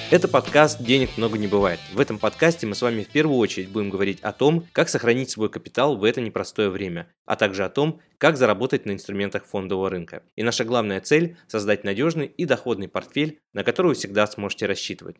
Это подкаст «Денег много не бывает». В этом подкасте мы с вами в первую очередь будем говорить о том, как сохранить свой капитал в это непростое время, а также о том, как заработать на инструментах фондового рынка. И наша главная цель – создать надежный и доходный портфель, на который вы всегда сможете рассчитывать.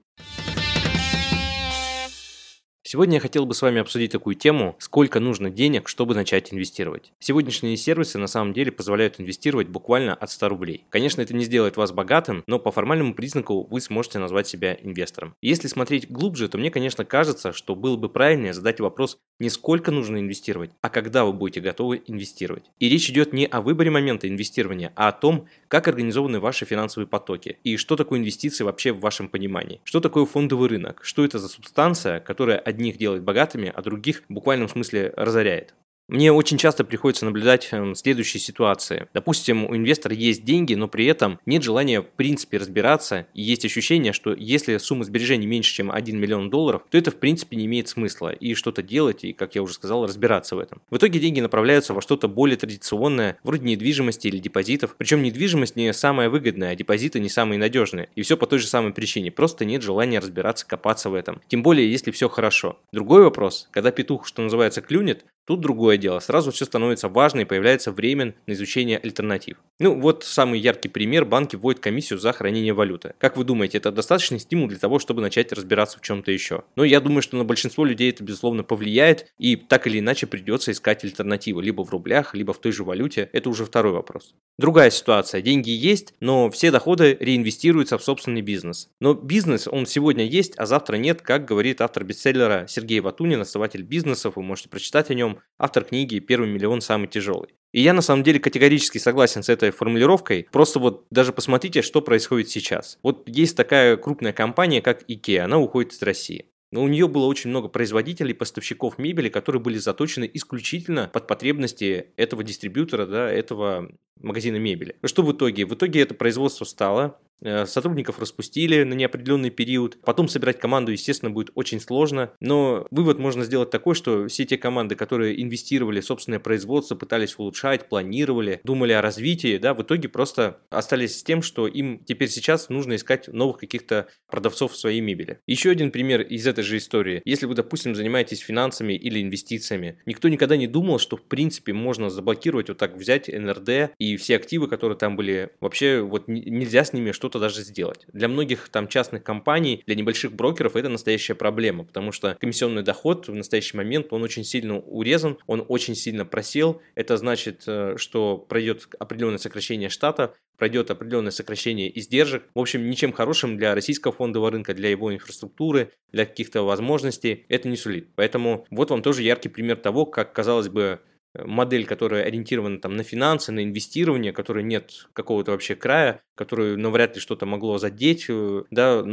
Сегодня я хотел бы с вами обсудить такую тему, сколько нужно денег, чтобы начать инвестировать. Сегодняшние сервисы на самом деле позволяют инвестировать буквально от 100 рублей. Конечно, это не сделает вас богатым, но по формальному признаку вы сможете назвать себя инвестором. Если смотреть глубже, то мне, конечно, кажется, что было бы правильнее задать вопрос не сколько нужно инвестировать, а когда вы будете готовы инвестировать. И речь идет не о выборе момента инвестирования, а о том, как организованы ваши финансовые потоки и что такое инвестиции вообще в вашем понимании. Что такое фондовый рынок, что это за субстанция, которая одних делает богатыми, а других в буквальном смысле разоряет. Мне очень часто приходится наблюдать следующие ситуации. Допустим, у инвестора есть деньги, но при этом нет желания в принципе разбираться, и есть ощущение, что если сумма сбережений меньше, чем 1 миллион долларов, то это в принципе не имеет смысла и что-то делать, и, как я уже сказал, разбираться в этом. В итоге деньги направляются во что-то более традиционное, вроде недвижимости или депозитов. Причем недвижимость не самая выгодная, а депозиты не самые надежные. И все по той же самой причине, просто нет желания разбираться, копаться в этом. Тем более, если все хорошо. Другой вопрос, когда петух, что называется, клюнет, тут другое дело. Сразу все становится важно и появляется время на изучение альтернатив. Вот самый яркий пример. Банки вводят комиссию за хранение валюты. Как вы думаете, это достаточный стимул для того, чтобы начать разбираться в чем-то еще? Я думаю, что на большинство людей это, безусловно, повлияет, и так или иначе придется искать альтернативы. Либо в рублях, либо в той же валюте. Это уже второй вопрос. Другая ситуация. Деньги есть, но все доходы реинвестируются в собственный бизнес. Но бизнес, он сегодня есть, а завтра нет, как говорит автор бестселлера Сергей Ватунин, основатель бизнесов. Вы можете прочитать о нем. Автор книги «Первый миллион самый тяжелый». И я на самом деле категорически согласен с этой формулировкой. Просто даже посмотрите, что происходит сейчас. Есть такая крупная компания, как IKEA, она уходит из России. Но у нее было очень много производителей, поставщиков мебели, которые были заточены исключительно под потребности этого дистрибьютора, этого магазина мебели. Что в итоге? В итоге это производство стало, сотрудников распустили на неопределенный период, потом собирать команду, естественно, будет очень сложно, но вывод можно сделать такой, что все те команды, которые инвестировали в собственное производство, пытались улучшать, планировали, думали о развитии, в итоге просто остались с тем, что им теперь сейчас нужно искать новых каких-то продавцов своей мебели. Еще один пример из этой же истории. Если вы, допустим, занимаетесь финансами или инвестициями, никто никогда не думал, что в принципе можно заблокировать, взять НРД и все активы, которые там были, вообще нельзя с ними что-то даже сделать. Для многих частных компаний, для небольших брокеров это настоящая проблема, потому что комиссионный доход в настоящий момент, он очень сильно урезан, он очень сильно просел. Это значит, что пройдет определенное сокращение штата, пройдет определенное сокращение издержек. В общем, ничем хорошим для российского фондового рынка, для его инфраструктуры, для каких-то возможностей это не сулит. Поэтому вам тоже яркий пример того, как, казалось бы, модель, которая ориентирована на финансы, на инвестирование, которой нет какого-то вообще края, которую вряд ли что-то могло задеть, тем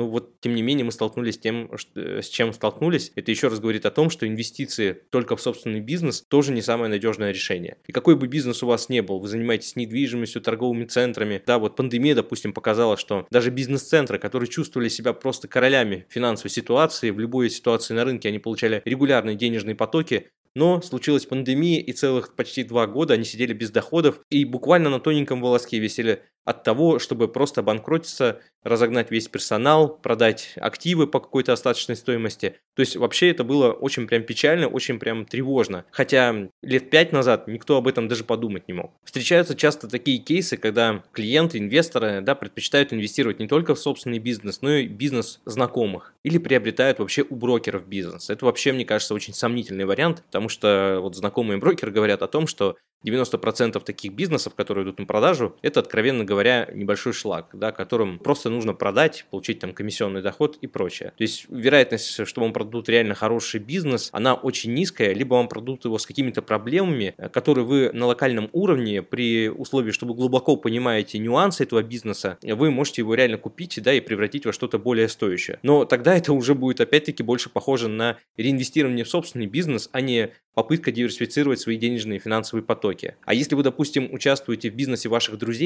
не менее мы столкнулись с тем, с чем столкнулись. Это еще раз говорит о том, что инвестиции только в собственный бизнес тоже не самое надежное решение. И какой бы бизнес у вас ни был, вы занимаетесь недвижимостью, торговыми центрами, пандемия, допустим, показала, что даже бизнес-центры, которые чувствовали себя просто королями финансовой ситуации, в любой ситуации на рынке они получали регулярные денежные потоки, но случилась пандемия, и целых почти 2 года они сидели без доходов и буквально на тоненьком волоске висели от того, чтобы просто обанкротиться, разогнать весь персонал, продать активы по какой-то остаточной стоимости. То есть вообще это было очень прям печально, очень прям тревожно. Хотя лет 5 назад никто об этом даже подумать не мог. Встречаются часто такие кейсы, когда клиенты, инвесторы предпочитают инвестировать не только в собственный бизнес, но и бизнес знакомых. Или приобретают вообще у брокеров бизнес. Это вообще, мне кажется, очень сомнительный вариант, потому что знакомые брокеры говорят о том, что 90% таких бизнесов, которые идут на продажу, это, откровенно говоря, небольшой шлак, которым просто нужно продать, получить комиссионный доход и прочее. То есть вероятность, что вам продадут реально хороший бизнес, она очень низкая, либо вам продадут его с какими-то проблемами, которые вы на локальном уровне, при условии, что вы глубоко понимаете нюансы этого бизнеса, вы можете его реально купить, и превратить во что-то более стоящее. Но тогда это уже будет опять-таки больше похоже на реинвестирование в собственный бизнес, а не попытка диверсифицировать свои денежные и финансовые потоки. А если вы, допустим, участвуете в бизнесе ваших друзей,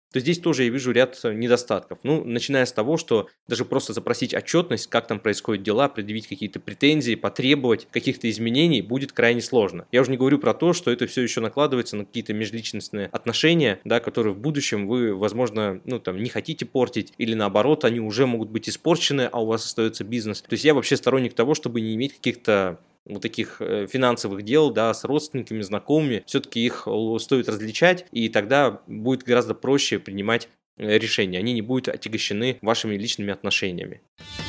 то здесь тоже я вижу ряд недостатков. Ну, начиная с того, что даже просто запросить отчетность, как там происходят дела, предъявить какие-то претензии, потребовать каких-то изменений будет крайне сложно. Я уже не говорю про то, что это все еще накладывается на какие-то межличностные отношения, да, которые в будущем вы, возможно, не хотите портить, или наоборот, они уже могут быть испорчены, а у вас остается бизнес. То есть я вообще сторонник того, чтобы не иметь каких-то вот таких финансовых дел, да, с родственниками, знакомыми, все-таки их стоит различать, и тогда будет гораздо проще принимать решения, они не будут отягощены вашими личными отношениями.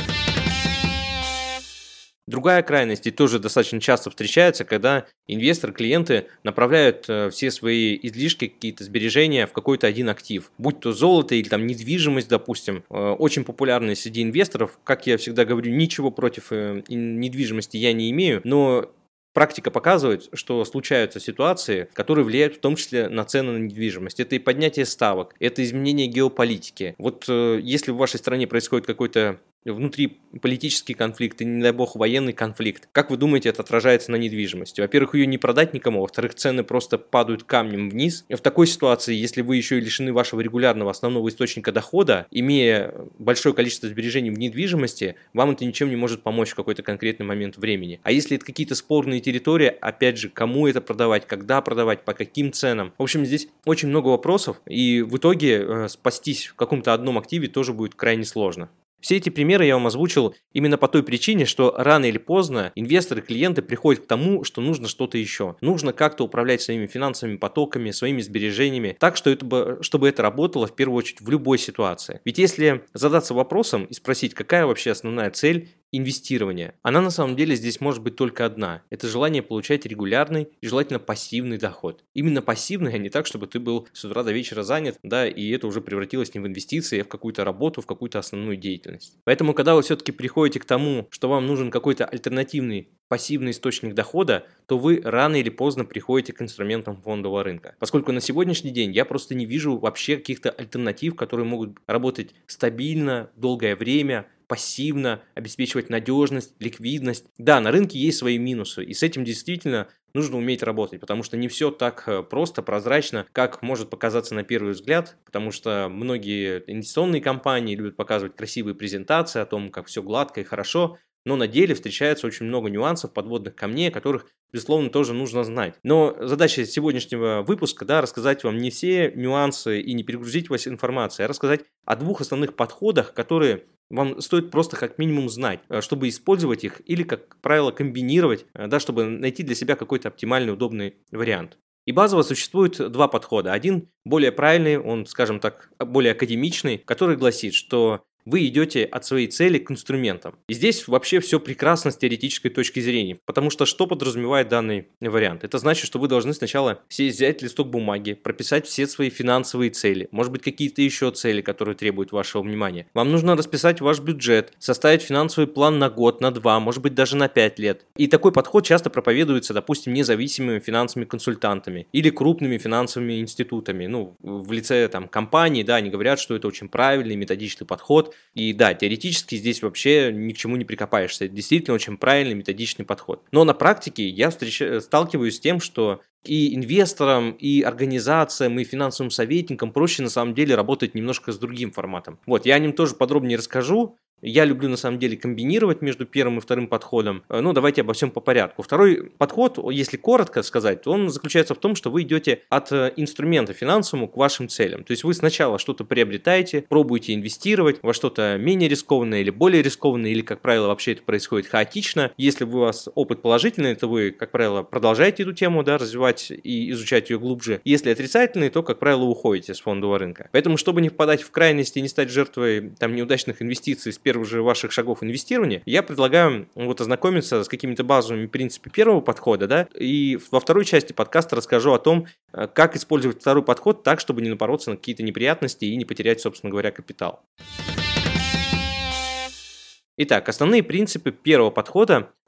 Другая крайность, и тоже достаточно часто встречается, когда инвесторы, клиенты направляют все свои излишки, какие-то сбережения в какой-то один актив, будь то золото или там недвижимость, допустим. Очень популярные среди инвесторов, как я всегда говорю, ничего против недвижимости я не имею, но практика показывает, что случаются ситуации, которые влияют в том числе на цены на недвижимость. Это и поднятие ставок, это изменение геополитики. Вот если в вашей стране происходит какой-то внутриполитический конфликт и, не дай бог, военный конфликт. Как вы думаете, это отражается на недвижимости? Во-первых, ее не продать никому, во-вторых, цены просто падают камнем вниз. И в такой ситуации, если вы еще и лишены вашего регулярного основного источника дохода, имея большое количество сбережений в недвижимости, вам это ничем не может помочь в какой-то конкретный момент времени. А если это какие-то спорные территории, опять же, кому это продавать, когда продавать, по каким ценам? В общем, здесь очень много вопросов, и в итоге спастись в каком-то одном активе тоже будет крайне сложно. Все эти примеры я вам озвучил именно по той причине, что рано или поздно инвесторы, клиенты приходят к тому, что нужно что-то еще. Нужно как-то управлять своими финансовыми потоками, своими сбережениями, так, чтобы это работало в первую очередь в любой ситуации. Ведь если задаться вопросом и спросить, какая вообще основная цель инвестирования, она на самом деле здесь может быть только одна. Это желание получать регулярный и желательно пассивный доход. Именно пассивный, а не так, чтобы ты был с утра до вечера занят, да, и это уже превратилось не в инвестиции, а в какую-то работу, в какую-то основную деятельность. Поэтому, когда вы все-таки приходите к тому, что вам нужен какой-то альтернативный пассивный источник дохода, то вы рано или поздно приходите к инструментам фондового рынка. Поскольку на сегодняшний день я просто не вижу вообще каких-то альтернатив, которые могут работать стабильно, долгое время, пассивно, обеспечивать надежность, ликвидность. Да, на рынке есть свои минусы, и с этим действительно нужно уметь работать, потому что не все так просто, прозрачно, как может показаться на первый взгляд, потому что многие инвестиционные компании любят показывать красивые презентации о том, как все гладко и хорошо, но на деле встречается очень много нюансов, подводных камней, о которых, безусловно, тоже нужно знать. Но задача сегодняшнего выпуска, да, рассказать вам не все нюансы и не перегрузить вас информацией, а рассказать о двух основных подходах, которые вам стоит просто как минимум знать, чтобы использовать их или, как правило, комбинировать, да, чтобы найти для себя какой-то оптимальный, удобный вариант. И базово существует два подхода. Один более правильный, он, скажем так, более академичный, который гласит, что вы идете от своей цели к инструментам. И здесь вообще все прекрасно с теоретической точки зрения, потому что что подразумевает данный вариант? Это значит, что вы должны сначала сесть, взять листок бумаги, прописать все свои финансовые цели, может быть, какие-то еще цели, которые требуют вашего внимания. Вам нужно расписать ваш бюджет, составить финансовый план на год, на 2, может быть, даже на 5 лет. И такой подход часто проповедуется, допустим, независимыми финансовыми консультантами или крупными финансовыми институтами, в лице компаний, да, они говорят, что это очень правильный методичный подход. И да, теоретически здесь вообще ни к чему не прикопаешься. Это действительно очень правильный методичный подход. Но на практике я сталкиваюсь с тем, что и инвесторам, и организациям, и финансовым советникам проще на самом деле работать немножко с другим форматом. Вот, я о нем тоже подробнее расскажу. Я люблю на самом деле комбинировать между первым и вторым подходом. Давайте обо всем по порядку. Второй подход, если коротко сказать, он заключается в том, что вы идете от инструмента финансовому к вашим целям. То есть вы сначала что-то приобретаете, пробуете инвестировать во что-то менее рискованное или более рискованное, или, как правило, вообще это происходит хаотично. Если у вас опыт положительный, то вы, как правило, продолжаете эту тему, да, развивать и изучать ее глубже. Если отрицательный, то, как правило, уходите с фондового рынка. Поэтому, чтобы не впадать в крайности и не стать жертвой неудачных инвестиций с первых же ваших шагов инвестирования, я предлагаю ознакомиться с какими-то базовыми принципами первого подхода, да, и во второй части подкаста расскажу о том, как использовать второй подход так, чтобы не напороться на какие-то неприятности и не потерять, собственно говоря, капитал. Итак, основные принципы первого подхода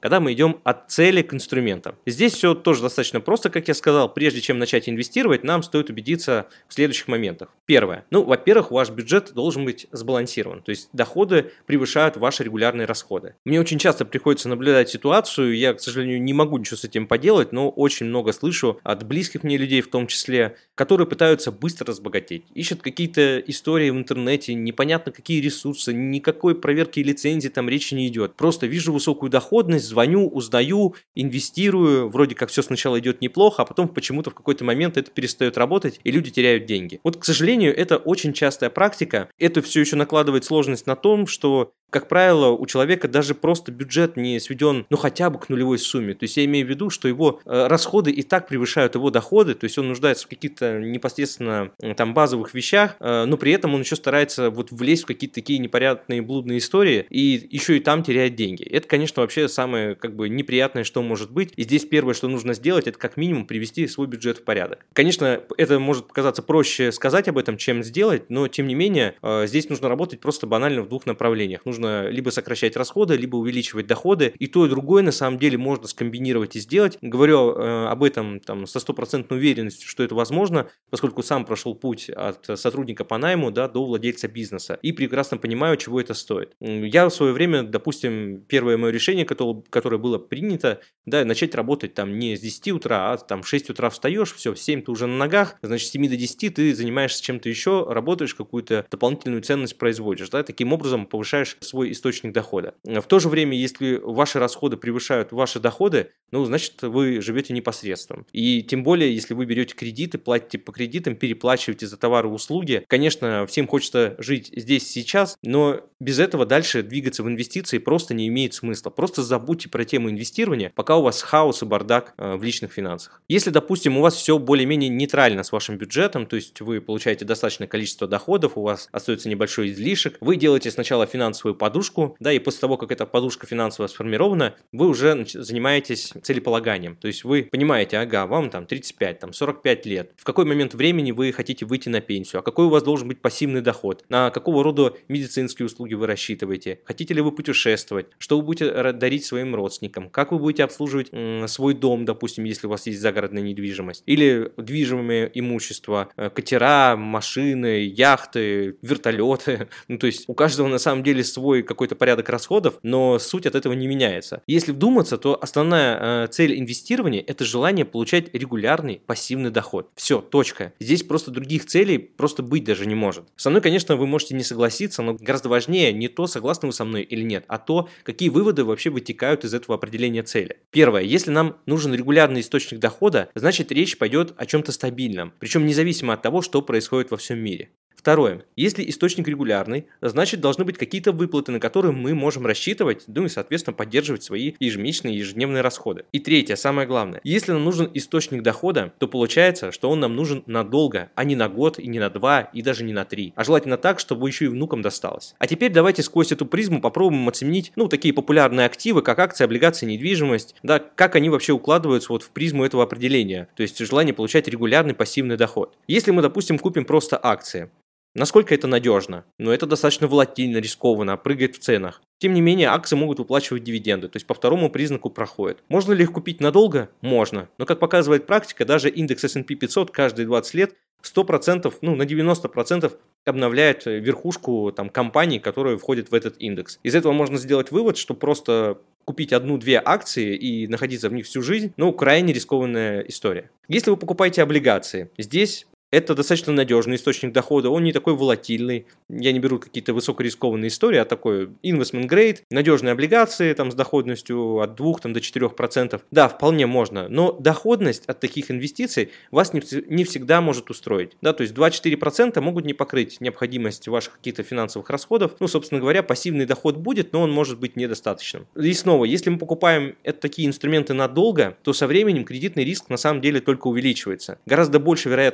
когда мы идем от цели к инструментам. Здесь все тоже достаточно просто, как я сказал. Прежде чем начать инвестировать, нам стоит убедиться в следующих моментах. Первое. Во-первых, ваш бюджет должен быть сбалансирован, то есть доходы превышают ваши регулярные расходы. Мне очень часто приходится наблюдать ситуацию, я, к сожалению, не могу ничего с этим поделать, но очень много слышу от близких мне людей в том числе, которые пытаются быстро разбогатеть. Ищут какие-то истории в интернете, непонятно какие ресурсы, никакой проверки лицензии там речи не идет. Просто вижу высокую доходность, звоню, узнаю, инвестирую, вроде как все сначала идет неплохо, а потом почему-то в какой-то момент это перестает работать, и люди теряют деньги. Вот, к сожалению, это очень частая практика. Это все еще накладывает сложность на том, что, как правило, у человека даже просто бюджет не сведен, хотя бы к нулевой сумме. То есть я имею в виду, что его расходы и так превышают его доходы, то есть он нуждается в каких-то непосредственно там базовых вещах, но при этом он еще старается вот влезть в какие-то такие непонятные блудные истории и еще и там теряет деньги. Это, конечно, вообще самое неприятное, что может быть. И здесь первое, что нужно сделать, это как минимум привести свой бюджет в порядок. Конечно, это может показаться проще сказать об этом, чем сделать, но тем не менее здесь нужно работать просто банально в двух направлениях. Нужно либо сокращать расходы, либо увеличивать доходы. И то, и другое на самом деле можно скомбинировать и сделать. Говорю об этом со стопроцентной уверенностью, что это возможно, поскольку сам прошел путь от сотрудника по найму до владельца бизнеса и прекрасно понимаю, чего это стоит. Я в свое время, допустим, первое мое решение, которое было принято, начать работать не с 10 утра, а в 6 утра встаешь, все, в 7 ты уже на ногах, значит, с 7 до 10 ты занимаешься чем-то еще, работаешь, какую-то дополнительную ценность производишь, таким образом повышаешь свой источник дохода. В то же время, если ваши расходы превышают ваши доходы, значит, вы живете непосредством. И тем более, если вы берете кредиты, платите по кредитам, переплачиваете за товары и услуги, конечно, всем хочется жить здесь сейчас, но без этого дальше двигаться в инвестиции просто не имеет смысла. Просто забудьте про тему инвестирования, пока у вас хаос и бардак в личных финансах. Если, допустим, у вас все более-менее нейтрально с вашим бюджетом, то есть вы получаете достаточное количество доходов, у вас остается небольшой излишек, вы делаете сначала финансовую подушку, и после того, как эта подушка финансовая сформирована, вы уже занимаетесь целеполаганием. То есть вы понимаете, вам 35, 45 лет, в какой момент времени вы хотите выйти на пенсию, а какой у вас должен быть пассивный доход, на какого рода медицинские услуги вы рассчитываете, хотите ли вы путешествовать, что вы будете дарить своим родственникам, как вы будете обслуживать свой дом, допустим, если у вас есть загородная недвижимость, или движимое имущество, катера, машины, яхты, вертолеты. То есть у каждого на самом деле свой какой-то порядок расходов, но суть от этого не меняется. Если вдуматься, то основная цель инвестирования – это желание получать регулярный пассивный доход. Все, точка. Здесь просто других целей просто быть даже не может. Со мной, конечно, вы можете не согласиться, но гораздо важнее не то, согласны вы со мной или нет, а то, какие выводы вообще вытекают из этого определения цели. Первое. Если нам нужен регулярный источник дохода, значит речь пойдет о чем-то стабильном, причем независимо от того, что происходит во всем мире. Второе. Если источник регулярный, значит должны быть какие-то выплаты, на которые мы можем рассчитывать, и, соответственно, поддерживать свои ежемесячные и ежедневные расходы. И третье, самое главное. Если нам нужен источник дохода, то получается, что он нам нужен надолго, а не на год, и не на 2, и даже не на 3. А желательно так, чтобы еще и внукам досталось. А теперь давайте сквозь эту призму попробуем оценить, такие популярные активы, как акции, облигации, недвижимость, как они вообще укладываются в призму этого определения, то есть желание получать регулярный пассивный доход. Если мы, допустим, купим просто акции, насколько это надежно? Это достаточно волатильно, рискованно, прыгает в ценах. Тем не менее, акции могут выплачивать дивиденды, то есть по второму признаку проходит. Можно ли их купить надолго? Можно. Но, как показывает практика, даже индекс S&P 500 каждые 20 лет 100%, на 90% обновляет верхушку компаний, которые входят в этот индекс. Из этого можно сделать вывод, что просто купить 1-2 акции и находиться в них всю жизнь, крайне рискованная история. Если вы покупаете облигации, здесь это достаточно надежный источник дохода, он не такой волатильный. Я не беру какие-то высокорискованные истории, а такой investment grade, надежные облигации с доходностью от 2 до 4%. Да, вполне можно, но доходность от таких инвестиций вас не всегда может устроить. То есть 2-4% могут не покрыть необходимость ваших каких-то финансовых расходов. Собственно говоря, пассивный доход будет, но он может быть недостаточным. И снова, если мы покупаем такие инструменты надолго, то со временем кредитный риск на самом деле только увеличивается. Гораздо больше вероятность, что банк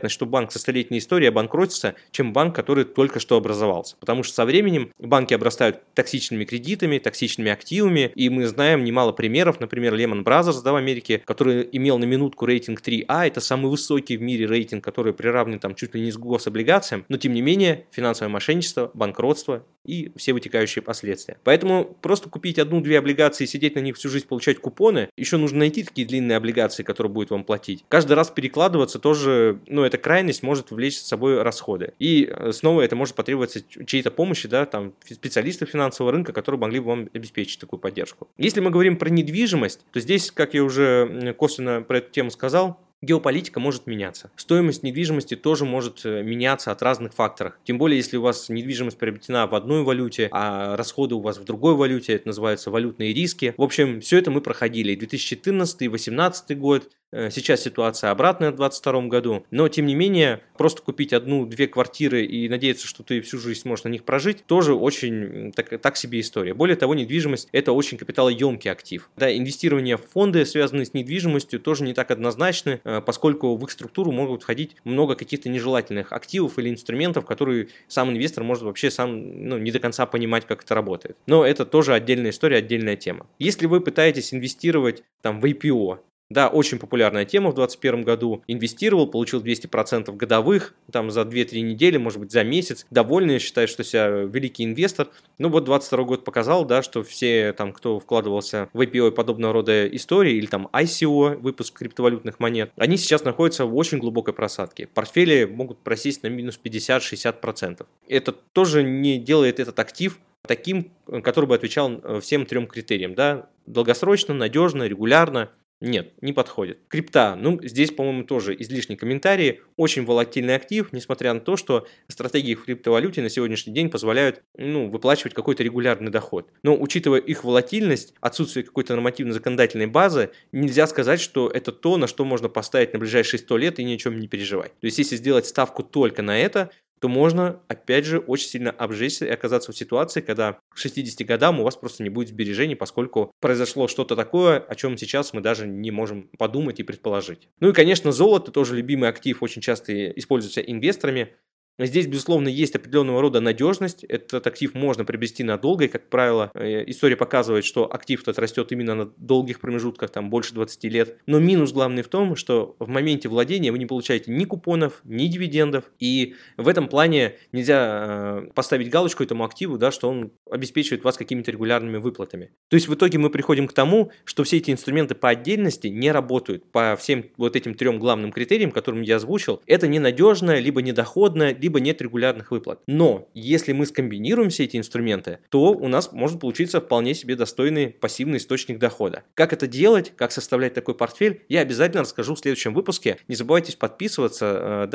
банк со столетней историей обанкротится, чем банк, который только что образовался. Потому что со временем банки обрастают токсичными кредитами, токсичными активами, и мы знаем немало примеров, например, Lehman Brothers, в Америке, который имел на минутку рейтинг 3А, это самый высокий в мире рейтинг, который приравнен там чуть ли не с гособлигациям, но тем не менее финансовое мошенничество, банкротство и все вытекающие последствия. Поэтому просто купить одну-две облигации и сидеть на них всю жизнь, получать купоны, еще нужно найти такие длинные облигации, которые будут вам платить. Каждый раз перекладываться тоже, эта крайность может влечь с собой расходы. И снова это может потребоваться чьей-то помощи, там специалистов финансового рынка, которые могли бы вам обеспечить такую поддержку. Если мы говорим про недвижимость, то здесь, как я уже косвенно про эту тему сказал, геополитика может меняться. Стоимость недвижимости тоже может меняться от разных факторов. Тем более, если у вас недвижимость приобретена в одной валюте, а расходы у вас в другой валюте, это называется валютные риски. В общем, все это мы проходили. И 2014, и 2018 год. Сейчас ситуация обратная в 2022 году, но тем не менее, просто купить одну-две квартиры и надеяться, что ты всю жизнь сможешь на них прожить, тоже очень так себе история. Более того, недвижимость – это очень капиталоемкий актив. Инвестирование в фонды, связанные с недвижимостью, тоже не так однозначны, поскольку в их структуру могут входить много каких-то нежелательных активов или инструментов, которые сам инвестор может вообще сам не до конца понимать, как это работает. Но это тоже отдельная история, отдельная тема. Если вы пытаетесь инвестировать в IPO, очень популярная тема в 2021 году. Инвестировал, получил 200% годовых, за 2-3 недели, может быть, за месяц. Довольный, считает, что себя великий инвестор. 2022 год показал, что все, кто вкладывался в IPO и подобного рода истории, или ICO, выпуск криптовалютных монет, они сейчас находятся в очень глубокой просадке. Портфели могут просесть на минус 50-60%. Это тоже не делает этот актив таким, который бы отвечал всем трем критериям. Долгосрочно, надежно, регулярно. Нет, не подходит. Крипта, здесь, по-моему, тоже излишние комментарии. Очень волатильный актив, несмотря на то, что стратегии в криптовалюте на сегодняшний день позволяют, выплачивать какой-то регулярный доход. Но, учитывая их волатильность, отсутствие какой-то нормативно-законодательной базы, нельзя сказать, что это то, на что можно поставить на ближайшие 100 лет и ни о чем не переживать. То есть, если сделать ставку только на это, то можно, опять же, очень сильно обжечься и оказаться в ситуации, когда к 60 годам у вас просто не будет сбережений, поскольку произошло что-то такое, о чем сейчас мы даже не можем подумать и предположить. И, конечно, золото, тоже любимый актив, очень часто используется инвесторами. Здесь, безусловно, есть определенного рода надежность. Этот актив можно приобрести надолго, и, как правило, история показывает, что актив этот растет именно на долгих промежутках, больше 20 лет. Но минус главный в том, что в моменте владения вы не получаете ни купонов, ни дивидендов, и в этом плане нельзя поставить галочку этому активу, что он обеспечивает вас какими-то регулярными выплатами. То есть в итоге мы приходим к тому, что все эти инструменты по отдельности не работают по всем этим трем главным критериям, которым я озвучил. Это ненадежное, либо недоходное, либо нет регулярных выплат. Но если мы скомбинируем все эти инструменты, то у нас может получиться вполне себе достойный пассивный источник дохода. Как это делать, как составлять такой портфель, я обязательно расскажу в следующем выпуске. Не забывайте подписываться,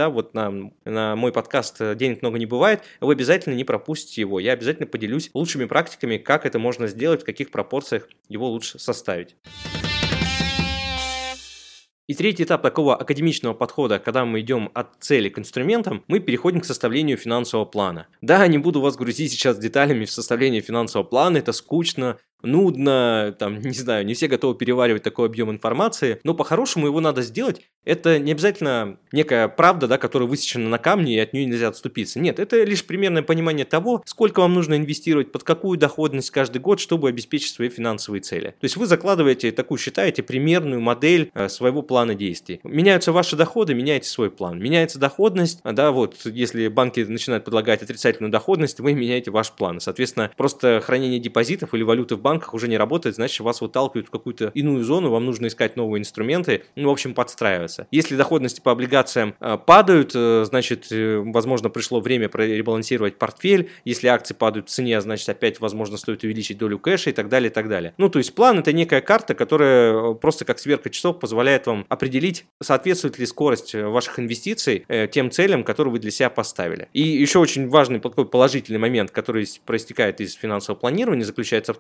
на мой подкаст «Денег много не бывает». Вы обязательно не пропустите его. Я обязательно поделюсь лучшими практиками, как это можно сделать, в каких пропорциях его лучше составить. И третий этап такого академичного подхода, когда мы идем от цели к инструментам, мы переходим к составлению финансового плана. Не буду вас грузить сейчас деталями в составлении финансового плана, это скучно, нудно, не все готовы переваривать такой объем информации, но по-хорошему его надо сделать. Это не обязательно некая правда, которая высечена на камне и от нее нельзя отступиться. Нет, это лишь примерное понимание того, сколько вам нужно инвестировать, под какую доходность каждый год, чтобы обеспечить свои финансовые цели. То есть вы закладываете считаете примерную модель своего плана действий. Меняются ваши доходы, меняете свой план. Меняется доходность, если банки начинают предлагать отрицательную доходность, вы меняете ваш план. Соответственно, просто хранение депозитов или валюты в банках уже не работает, значит, вас выталкивают в какую-то иную зону, вам нужно искать новые инструменты, подстраиваться. Если доходности по облигациям падают, значит, возможно, пришло время ребалансировать портфель. Если акции падают в цене, значит, опять, возможно, стоит увеличить долю кэша и так далее, и так далее. То есть план – это некая карта, которая просто как сверка часов позволяет вам определить, соответствует ли скорость ваших инвестиций тем целям, которые вы для себя поставили. И еще очень важный такой положительный момент, который проистекает из финансового планирования, заключается в том, что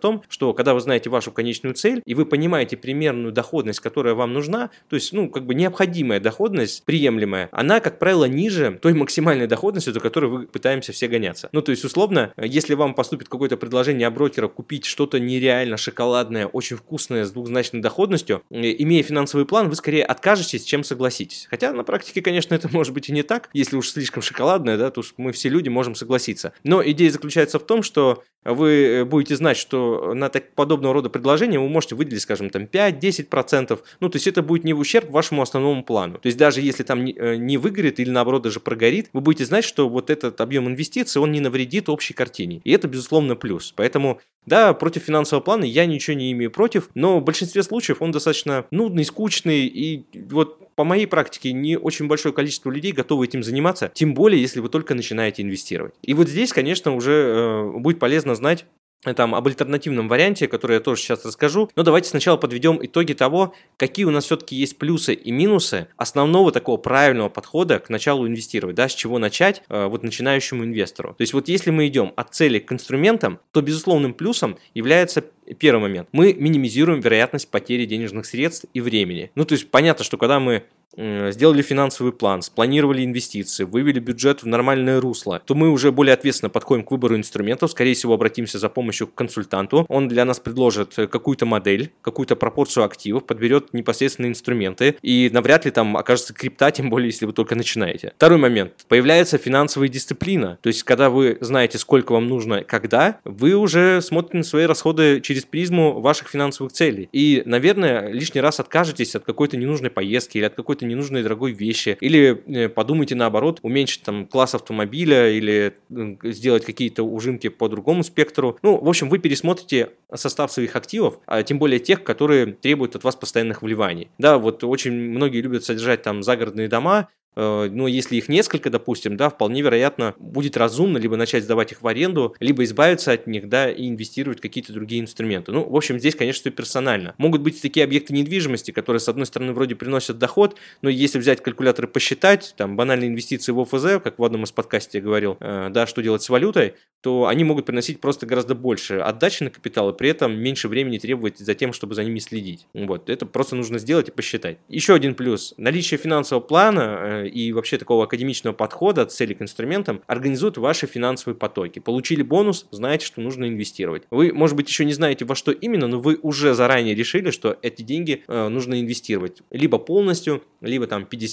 что когда вы знаете вашу конечную цель, и вы понимаете примерную доходность, которая вам нужна, то есть, необходимая доходность, приемлемая, она, как правило, ниже той максимальной доходности, за которой вы пытаемся все гоняться. То есть, условно, если вам поступит какое-то предложение от брокера купить что-то нереально шоколадное, очень вкусное, с двухзначной доходностью, имея финансовый план, вы скорее откажетесь, чем согласитесь. Хотя на практике, конечно, это может быть и не так. Если уж слишком шоколадное, да, то мы все люди можем согласиться. Но идея заключается в том, что вы будете знать, что на подобного рода предложения вы можете выделить, скажем, 5-10%. То есть это будет не в ущерб вашему основному плану. То есть даже если там не выгорит или наоборот даже прогорит, вы будете знать, что вот этот объем инвестиций, он не навредит общей картине. И это, безусловно, плюс. Поэтому, да, против финансового плана я ничего не имею против, но в большинстве случаев он достаточно нудный, скучный, и вот по моей практике не очень большое количество людей готовы этим заниматься, тем более, если вы только начинаете инвестировать. И вот здесь, конечно, уже будет полезно знать об альтернативном варианте, который я тоже сейчас расскажу. Но давайте сначала подведем итоги того, какие у нас все-таки есть плюсы и минусы основного такого правильного подхода к началу инвестировать, да, с чего начать начинающему инвестору. То есть вот если мы идем от цели к инструментам, то безусловным плюсом является первый момент. Мы минимизируем вероятность потери денежных средств и времени. То есть понятно, что когда мы сделали финансовый план, спланировали инвестиции, вывели бюджет в нормальное русло, то мы уже более ответственно подходим к выбору инструментов, скорее всего обратимся за помощью к консультанту, он для нас предложит какую-то модель, какую-то пропорцию активов, подберет непосредственно инструменты, и навряд ли там окажется крипта, тем более если вы только начинаете. Второй момент. Появляется финансовая дисциплина, то есть когда вы знаете, сколько вам нужно, когда, вы уже смотрите на свои расходы через призму ваших финансовых целей, и, наверное, лишний раз откажетесь от какой-то ненужной поездки или от какой-то ненужной дорогой вещи, или подумайте наоборот, уменьшить класс автомобиля или сделать какие-то ужимки по другому спектру. В общем, вы пересмотрите состав своих активов, а тем более тех, которые требуют от вас постоянных вливаний. Да, вот очень многие любят содержать загородные дома, но если их несколько, допустим, да, вполне вероятно будет разумно либо начать сдавать их в аренду, либо избавиться от них, да, и инвестировать в какие-то другие инструменты. В общем, здесь, конечно, все персонально. Могут быть такие объекты недвижимости, которые, с одной стороны, вроде приносят доход, но если взять калькулятор и посчитать, банальные инвестиции в ОФЗ, как в одном из подкастов я говорил, да, что делать с валютой, то они могут приносить просто гораздо больше отдачи на капитал, и при этом меньше времени требовать за тем, чтобы за ними следить. Это просто нужно сделать и посчитать. Еще один плюс. Наличие финансового плана и вообще такого академичного подхода от цели к инструментам организует ваши финансовые потоки. Получили бонус, знаете, что нужно инвестировать. Вы, может быть, еще не знаете, во что именно, но вы уже заранее решили, что эти деньги нужно инвестировать. Либо полностью, либо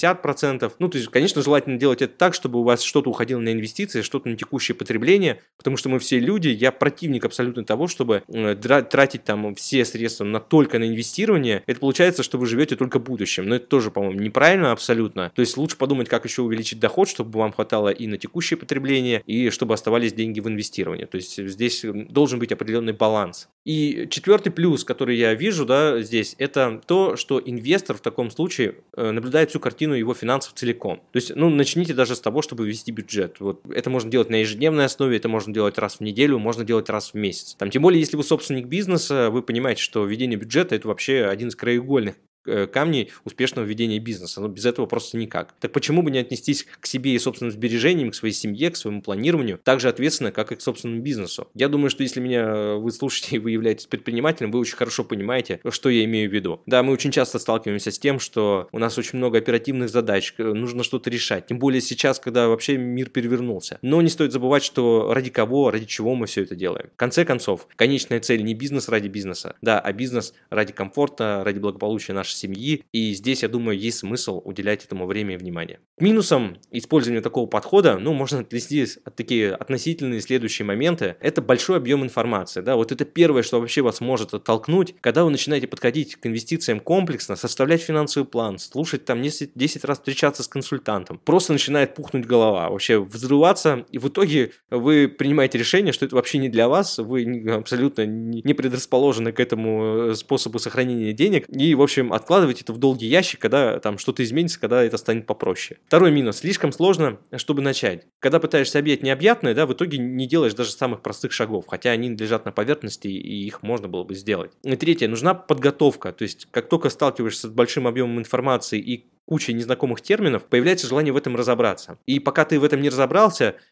50%. То есть, конечно, желательно делать это так, чтобы у вас что-то уходило на инвестиции, что-то на текущее потребление, потому что мы все люди, я противник абсолютно того, чтобы тратить все средства только на инвестирование. Это получается, что вы живете только будущим. Но это тоже, по-моему, неправильно абсолютно. То есть лучше подумать, как еще увеличить доход, чтобы вам хватало и на текущее потребление, и чтобы оставались деньги в инвестировании. То есть здесь должен быть определенный баланс. И четвертый плюс, который я вижу, да, здесь, это то, что инвестор в таком случае наблюдает всю картину его финансов целиком. То есть, начните даже с того, чтобы ввести бюджет. Это можно делать на ежедневной основе, это можно делать раз в неделю, можно делать раз в месяц. Тем более, если вы собственник бизнеса, вы понимаете, что введение бюджета – это вообще один из краеугольных камней успешного ведения бизнеса. Но без этого просто никак. Так почему бы не отнестись к себе и собственным сбережениям, к своей семье, к своему планированию так же ответственно, как и к собственному бизнесу? Я думаю, что если меня вы слушаете и вы являетесь предпринимателем, вы очень хорошо понимаете, что я имею в виду. Да, мы очень часто сталкиваемся с тем, что у нас очень много оперативных задач, нужно что-то решать. Тем более сейчас, когда вообще мир перевернулся. Но не стоит забывать, что ради кого, ради чего мы все это делаем. В конце концов, конечная цель не бизнес ради бизнеса, да, а бизнес ради комфорта, ради благополучия нашей семьи, и здесь, я думаю, есть смысл уделять этому время и внимание. К минусам использования такого подхода, можно отнести такие относительные следующие моменты. Это большой объем информации, да, это первое, что вообще вас может оттолкнуть, когда вы начинаете подходить к инвестициям комплексно, составлять финансовый план, слушать 10 раз встречаться с консультантом, просто начинает пухнуть голова, вообще взрываться, и в итоге вы принимаете решение, что это вообще не для вас, вы абсолютно не предрасположены к этому способу сохранения денег, и, в общем, откладывать это в долгий ящик, когда что-то изменится, когда это станет попроще. Второй минус. Слишком сложно, чтобы начать. Когда пытаешься объять необъятное, да, в итоге не делаешь даже самых простых шагов, хотя они лежат на поверхности, и их можно было бы сделать. И третье. Нужна подготовка. То есть, как только сталкиваешься с большим объемом информации и кучей незнакомых терминов, появляется желание в этом разобраться. И пока ты в этом не разобрался,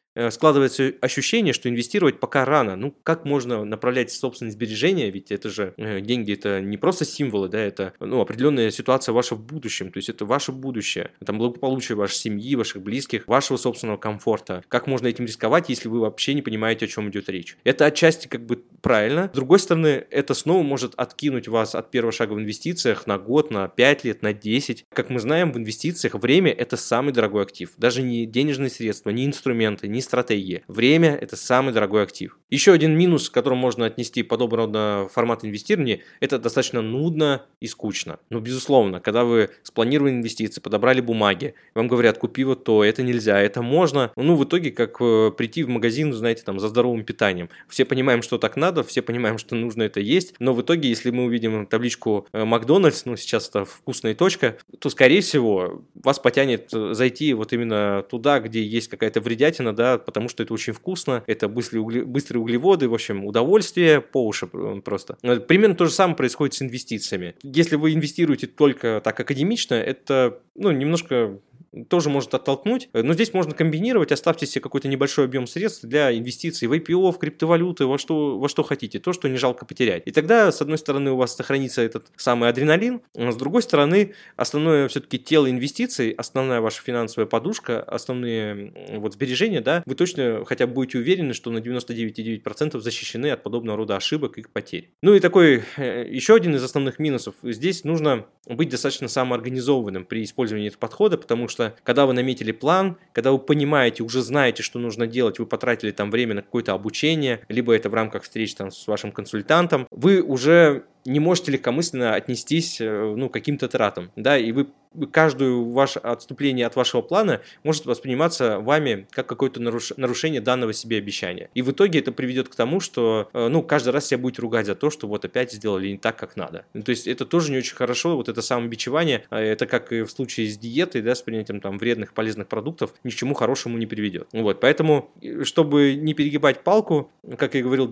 складывается ощущение, что инвестировать пока рано. Ну, как можно направлять собственные сбережения, ведь это же деньги, это не просто символы, да, это определенная ситуация ваша в будущем, то есть это ваше будущее, там благополучие вашей семьи, ваших близких, вашего собственного комфорта. Как можно этим рисковать, если вы вообще не понимаете, о чем идет речь? Это отчасти как бы правильно. С другой стороны, это снова может откинуть вас от первого шага в инвестициях на год, на 5 лет, на 10. Как мы знаем, в инвестициях время – это самый дорогой актив. Даже не денежные средства, не инструменты, не стратегии. Время – это самый дорогой актив. Еще один минус, к которому можно отнести подобного рода формат инвестирования – это достаточно нудно и скучно. Но, безусловно, когда вы спланировали инвестиции, подобрали бумаги, вам говорят, купи вот то, это нельзя, это можно. Ну, в итоге, как прийти в магазин, знаете, там, за здоровым питанием. Все понимаем, что так надо, все понимаем, что нужно это есть, но в итоге, если мы увидим табличку Макдональдс, ну, сейчас это вкусная точка, то, скорее всего, вас потянет зайти вот именно туда, где есть какая-то вредятина, да, потому что это очень вкусно, это быстрые углеводы, в общем, удовольствие по уши просто. Примерно то же самое происходит с инвестициями. Если вы инвестируете только так академично, это, немножко тоже может оттолкнуть, но здесь можно комбинировать, оставьте себе какой-то небольшой объем средств для инвестиций в IPO, в криптовалюты, во что хотите, то, что не жалко потерять. И тогда, с одной стороны, у вас сохранится этот самый адреналин, а с другой стороны, основное все-таки тело инвестиций, основная ваша финансовая подушка, основные сбережения, да, вы точно хотя бы будете уверены, что на 99,9% защищены от подобного рода ошибок и потерь. Ну и такой еще один из основных минусов. Здесь нужно быть достаточно самоорганизованным при использовании этого подхода, потому что когда вы наметили план, когда вы понимаете, уже знаете, что нужно делать, вы потратили там время на какое-то обучение, либо это в рамках встреч там с вашим консультантом, вы уже не можете легкомысленно отнестись к каким-то тратам, да, и вы каждое ваше отступление от вашего плана может восприниматься вами как какое-то нарушение данного себе обещания. И в итоге это приведет к тому, что каждый раз себя будете ругать за то, что вот опять сделали не так, как надо. То есть это тоже не очень хорошо, вот это самобичевание, это как и в случае с диетой, да, с принятием там вредных, полезных продуктов, ни к чему хорошему не приведет. Вот, поэтому, чтобы не перегибать палку, как я говорил,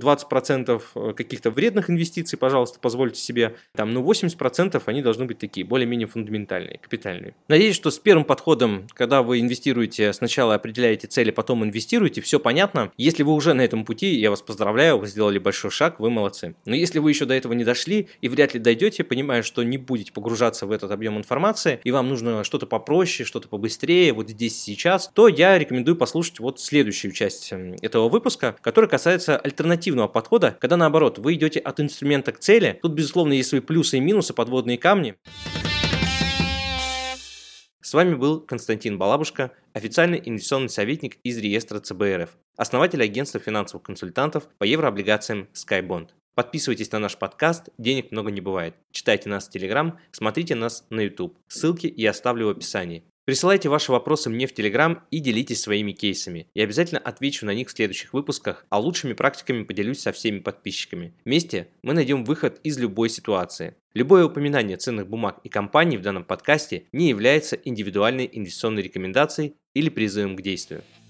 20% каких-то вредных инвестиций, пожалуйста, позвольте себе, там, 80% они должны быть такие, более-менее фундаментальные, капитальные. Надеюсь, что с первым подходом, когда вы инвестируете, сначала определяете цели, потом инвестируете, все понятно. Если вы уже на этом пути, я вас поздравляю, вы сделали большой шаг, вы молодцы. Но если вы еще до этого не дошли и вряд ли дойдете, понимая, что не будете погружаться в этот объем информации, и вам нужно что-то попроще, что-то побыстрее, вот здесь и сейчас, то я рекомендую послушать вот следующую часть этого выпуска, которая касается альтернативного подхода, когда наоборот, вы идете от инструмента к цели. Тут, безусловно, есть свои плюсы и минусы, подводные камни. С вами был Константин Балабушка, официальный инвестиционный советник из реестра ЦБ РФ, основатель агентства финансовых консультантов по еврооблигациям SkyBond. Подписывайтесь на наш подкаст «Денег много не бывает». Читайте нас в Telegram, смотрите нас на YouTube. Ссылки я оставлю в описании. Присылайте ваши вопросы мне в Telegram и делитесь своими кейсами. Я обязательно отвечу на них в следующих выпусках, а лучшими практиками поделюсь со всеми подписчиками. Вместе мы найдем выход из любой ситуации. Любое упоминание ценных бумаг и компаний в данном подкасте не является индивидуальной инвестиционной рекомендацией или призывом к действию.